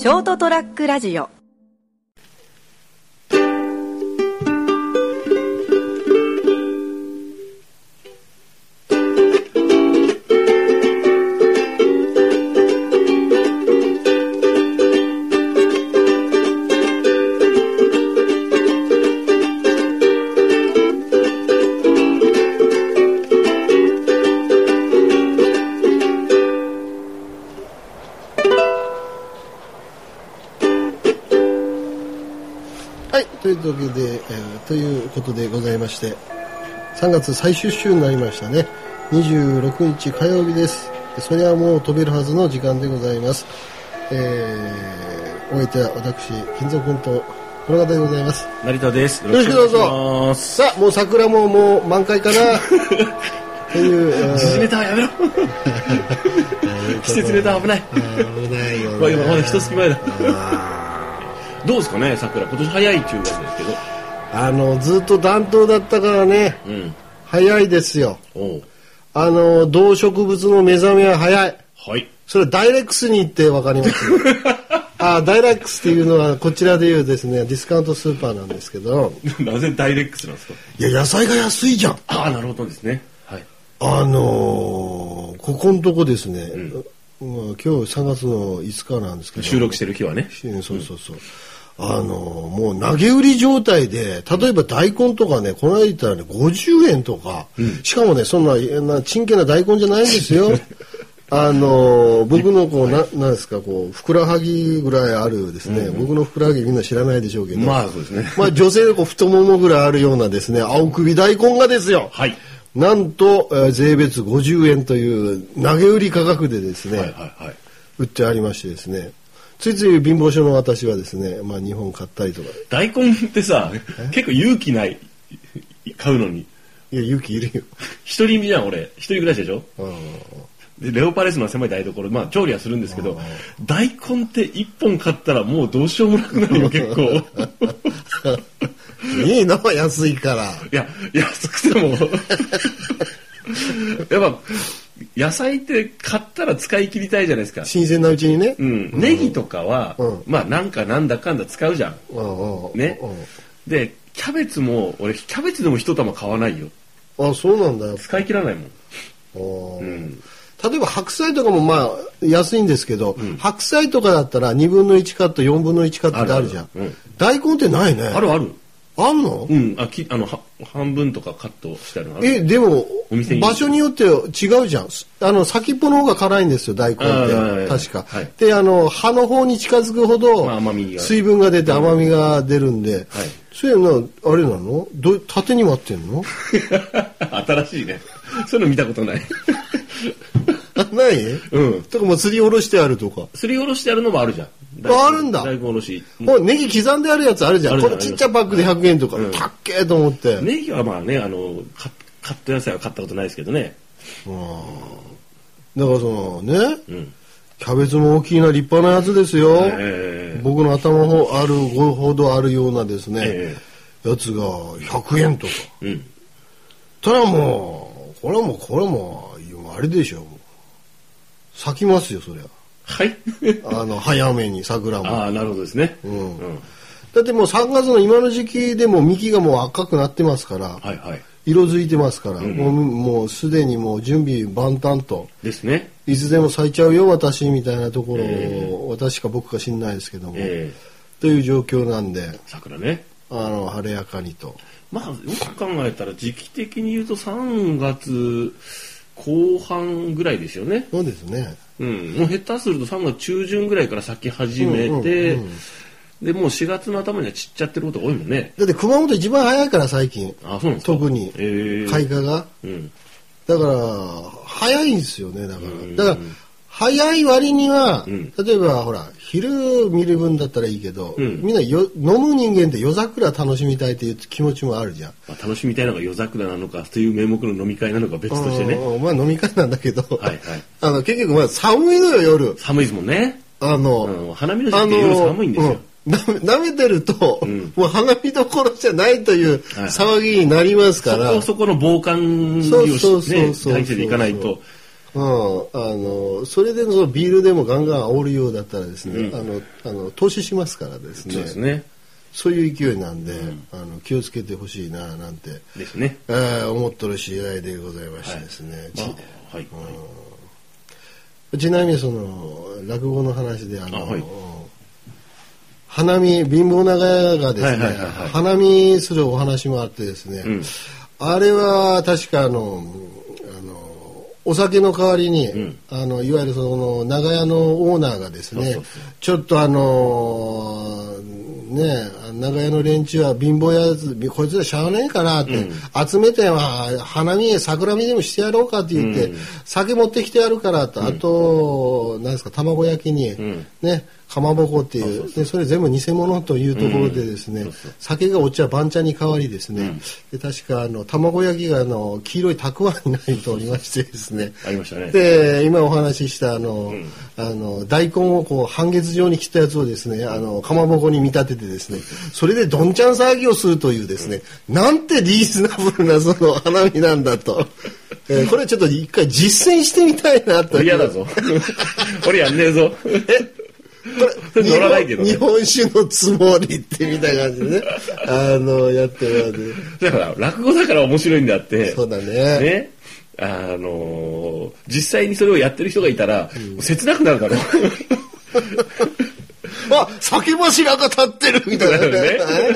ショートトラックラジオ。 ということでございまして、3月最終週になりましたね。26日火曜日です。それはもう飛べるはずの時間でございます。お相手は私金蔵君とこの方でございます。 成田です。 よろしくどうぞ。さあ、もう桜もう満開かなという時事ネタはやめろ季節ネタは危ない危ないよね。 今まだ一月前だどうですかね、桜今年早いっていうんですけど、 ずっと暖冬だったからね、早いですよ。動植物の目覚めは早い。 はい。 それダイレックスに行ってわかりますダイレックスっていうのはこちらでいうですね、ディスカウントスーパーなんですけどなぜダイレックスなんですか？ いや、野菜が安いじゃん。 なるほどですね。はい。 ここのとこですね、今日3月の5日なんですけど、 収録してる日はね、 そう、もう投げ売り状態で、例えば大根とかね、この間言ったらね50円とか、しかもね、そんなちんけな大根じゃないんですよ僕のこうなんですか、こうふくらはぎぐらいあるですね、僕のふくらはぎみんな知らないでしょうけど、 まあそうですね、 女性のこう太ももぐらいあるようなですね、青首大根がですよ、 はい、 なんと、税別50円という投げ売り価格でですね、売ってありましてですね、ついつい貧乏症の私はですね、2本買ったりとか。 大根ってさ、結構勇気ない買うのに。 いや、勇気いるよ。 一人身じゃん、俺一人暮らしでしょ。でレオパレスの狭い台所、調理はするんですけど、大根って1本買ったらもうどうしようもなくなるよ結構いいの、安いから。 いや、安くてもやっぱ野菜って買ったら使い切りたいじゃないですか、 新鮮なうちにね。 ネギとかは、なんだかんだ使うじゃん、ね。でキャベツも俺キャベツでも一玉買わないよ。 そうなんだよ。 使い切らないもん。例えば白菜とかも安いんですけど、白菜とかだったら2分の1カット4分の1カットってあるじゃん。大根ってないね。 あるある。 あんの？ 半分とかカットしてあるのある。 でも場所によって違うじゃん。先っぽの方が辛いんですよ、大根って確か。で葉の方に近づくほど水分が出て甘みが出るんで、そういうのあれなの？縦に割ってんの？ 新しいね。そういうの見たことない。 ない？とかもうすりおろしてあるとか。 すりおろしてあるのもあるじゃん。 あるんだ。 大根おろし。 ネギ刻んであるやつあるじゃん。これちっちゃいパックで100円とか。たっけーと思って。 ネギはカット野菜は買ったことないですけどね。 だからそのね、キャベツも大きいな立派なやつですよ。僕の頭あるほどあるようなですね、やつが100円とか。たらもうこれもあれでしょ。咲きますよ、そりゃ。 はい。 早めに桜も。 なるほどですね。 だってもう3月の今の時期でも幹がもう赤くなってますから、色づいてますから、もうすでにもう準備万端と。ですね。いつでも咲いちゃうよ私みたいなところを、私か僕か知んないですけども、という状況なんで。 桜ね。 晴れやかにと。 よく考えたら時期的に言うと3月後半ぐらいですよね。 そうですね。 もう下手すると3月中旬ぐらいから咲き始めて、でもう4月の頭には散っちゃってることが多いもんね。だって熊本一番早いから最近。 そうなんですか。 特に開花が。だから早いんですよね。だから早い割には、例えばほら昼見る分だったらいいけど、みんな飲む人間って夜桜楽しみたいっていう気持ちもあるじゃん。 楽しみたいのが夜桜なのかという名目の飲み会なのか別としてね。 飲み会なんだけど、結局寒いのよ夜。 寒いですもんね。花見の時期って夜寒いんですよ。 舐めてると、もう花見どころじゃないという騒ぎになりますから。 そこの防寒着をしてね、体制でいかないと。 それでそのビールでもガンガン煽るようだったらですね、投資しますからですね。 そうですね。 そういう勢いなんで、気をつけてほしいななんてですね。 思っとる次第でございましてですね。 はい。 ちなみにその落語の話で花見貧乏長屋がですね、花見するお話もあってですね、あれは確かお酒の代わりに、いわゆるその長屋のオーナーがですね、ちょっと長屋の連中は貧乏やつこいつらしゃあねえかなって、集めて花見桜見でもしてやろうかって言って、酒持ってきてやるからと、あと何ですか卵焼きに、ねかまぼこっていうでそれ全部偽物というところでですね、酒がお茶番茶に変わりですね、で確か卵焼きが黄色いたくあんになりとおりましてですねありましたね。 で今お話しした大根をこう半月状に切ったやつをですねかまぼこに見立ててですねそれでどんちゃん騒ぎをするというですね、なんてリーズナブルなその花見なんだと、これちょっと一回実践してみたいなと。 嫌だぞ俺やんねえぞ乗らないけど、ね、 日本酒のつもりってみたいな感じでねやってるわけで、 だから落語だから面白いんであって、 そうだね実際にそれをやってる人がいたら、切なくなるだろう酒柱が立ってるみたいなね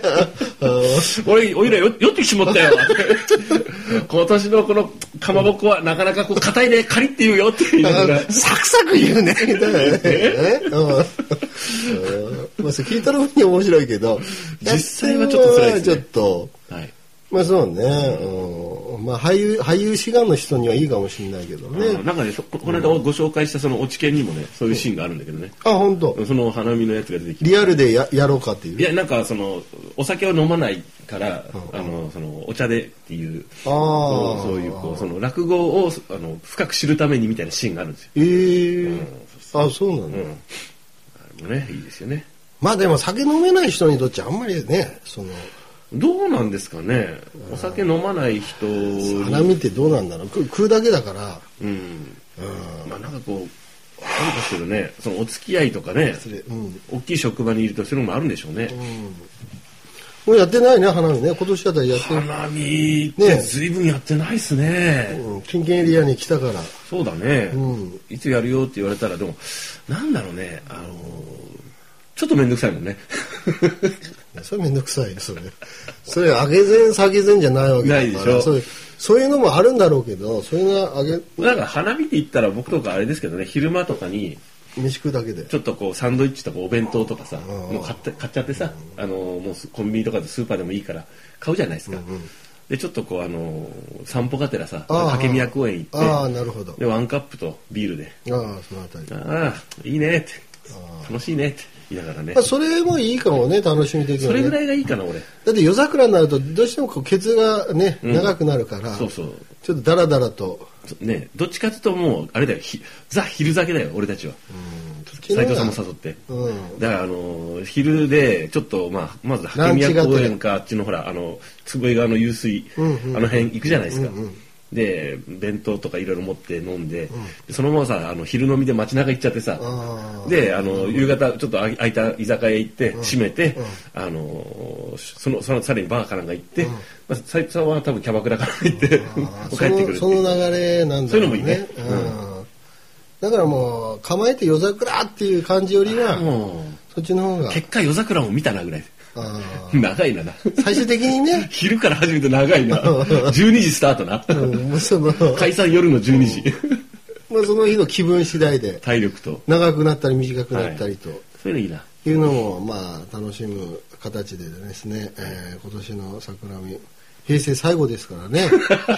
おいら酔ってしまったよ今年のこのかまぼこはなかなかこう硬いねカリって言うよって言いながらサクサク言うねみたいなねそれ聞いたらに面白いけど実際はちょっと辛いですね。 ちょっと、そうね、俳優志願の人にはいいかもしれないけどね。 なんかねこの間ご紹介したその落研にもねそういうシーンがあるんだけどね。 本当。 その花見のやつが出てきてリアルで やろうかっていう。 いやなんかそのお酒を飲まないからそのお茶でっていうそういうこうその落語を深く知るためにみたいなシーンがあるんですよ。 そうなんだ。 ねいいですよね。 でも酒飲めない人にとっちゃあんまりねどうなんですかね。お酒飲まない人花見ってどうなんだろう。食うだけだから。 なんかこう何かするね。そのお付き合いとかね、大きい職場にいるとそういうのもあるんでしょうね。 もうやってないね花見ね。今年あたりやってる。 花見って随分やってないですね。 近県エリアに来たから。 そうだね。いつやるよって言われたらでもなんだろうね。ちょっとめんどくさいもんね。 それめんどくさいよそれ揚げ膳下げ膳じゃないわけだから。 ないでしょ。 そういうのもあるんだろうけど、それがなんか花見って言ったら僕とかあれですけどね、昼間とかに飯食うだけでちょっとこうサンドイッチとかお弁当とかさ、もう買っちゃってさ、もうコンビニとかでスーパーでもいいから買うじゃないですか。でちょっとこう散歩がてらさ掛宮公園行ってなるほど。 でワンカップとビールでそのあたりいいねって楽しいねって言いながらね。 それもいいかもね、楽しみ的に、ね。 それぐらいがいいかな俺。 だって夜桜になるとどうしてもケツがね、長くなるから。ちょっとダラダラとね、どっちかっていうともうあれだよ、ザ昼酒だよ俺たちは。斉藤さんも誘って、だから昼でちょっとまず掛宮公園かあっちのほら坪井川の湧水、あの辺行くじゃないですか。で弁当とかいろいろ持って飲んで、そのままさ昼飲みで街中行っちゃってさ、で夕方ちょっと空いた居酒屋行って閉めて、そのさらにバーかなんか行って、斉藤さんは多分キャバクラから行って帰ってくる。 その流れなんだろうね。そういうのもいいね。だからもう構えて夜桜っていう感じよりはそっちの方が。 結果夜桜も見たなぐらい。長いな。 最終的にね。 昼から始めて長いな。12時スタートな。解散夜の12時。 その日の気分次第で。 体力と。 長くなったり短くなったりと。 そういうのいいな。 いうのも楽しむ形でですね。今年の桜見平成最後ですからね。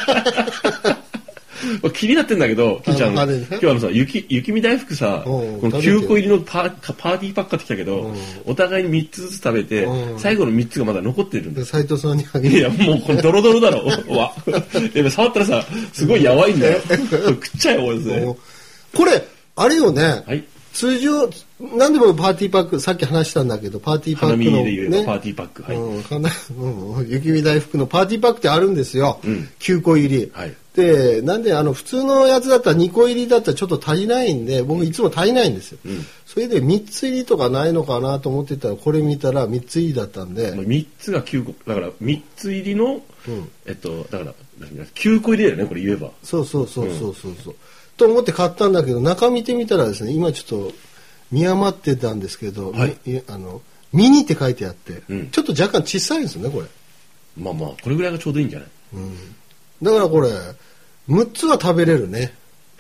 気になってんだけど、金ちゃん、今日さ、雪見大福さ、この9個入りのパーティーパック買ってきたけど、お互いに3つずつ食べて、最後の3つがまだ残ってるんだ。 斉藤さんにあげる。 いや、もうこれドロドロだろ。触ったらさ、すごいやばいんだよ。食っちゃえよ、俺。 これ、あれよね。通常、何でもパーティーパック、さっき話したんだけど、パーティーパックの。 花見で言えばパーティーパック。 雪見大福のパーティーパックってあるんですよ。9個入り。 で、なんで普通のやつだったら2個入りだったらちょっと足りないんで、僕いつも足りないんですよ。それで3つ入りとかないのかなと思ってたら、これ見たら3つ入りだったんで。 3つが9個、だから3つ入りの、だから9個入りだよね、これ言えば。 そう。と思って買ったんだけど、中見てみたらですね、今ちょっと見余ってたんですけど、ミニって書いてあって、ちょっと若干小さいんですよね、これ。 まあこれぐらいがちょうどいいんじゃない？ だからこれ6つは食べれるね。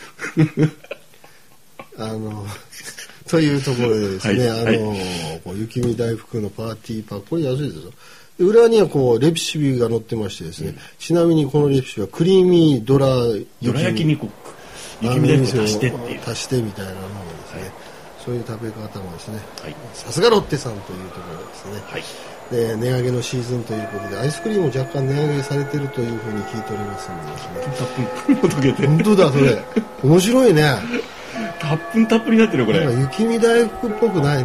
というところでですね、こう雪見大福のパーティーパック、これ安いですよ。裏にはこうレシピが載ってましてですね、ちなみにこのレシピはクリーミードラ焼きに雪見大福を足してっていう。 足してみたいなものですね。そういう食べ方もですね、さすがロッテさんというところですね。で、値上げのシーズンということで、アイスクリームも若干値上げされてるというふうに聞いておりますのでですね。本当だ、それ。面白いね。 たっぷんたっぷりになってるよ、これ。 雪見大福っぽくないね。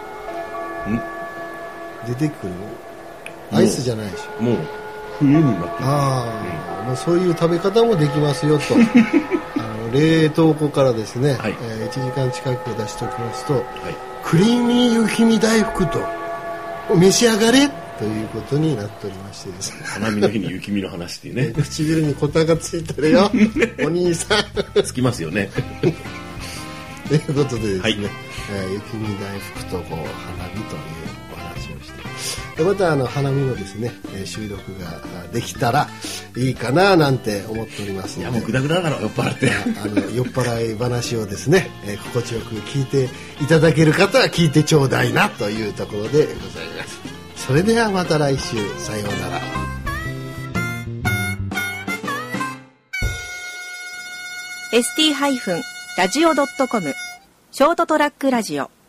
出てくるアイスじゃないし。 もう、冬になってる。 まあ、そういう食べ方もできますよと。冷凍庫からですね、1時間近く出しておきますと、クリーミー雪見大福と召し上がれということになっておりましてですね。 花見の日に雪見の話っていうね。 唇にコタがついてるよ、お兄さん。 つきますよね。 ということでですね、雪見大福とこう花見というお話をして、でまた花見のですね、収録ができたらいいかななんて思っておりますので。 いやもうグダグダだろ、酔っ払って。 酔っ払い話をですね、心地よく聞いていただける方は聞いてちょうだいなというところでございます。それではまた来週、さようなら。 ST-radio.com ショートトラックラジオ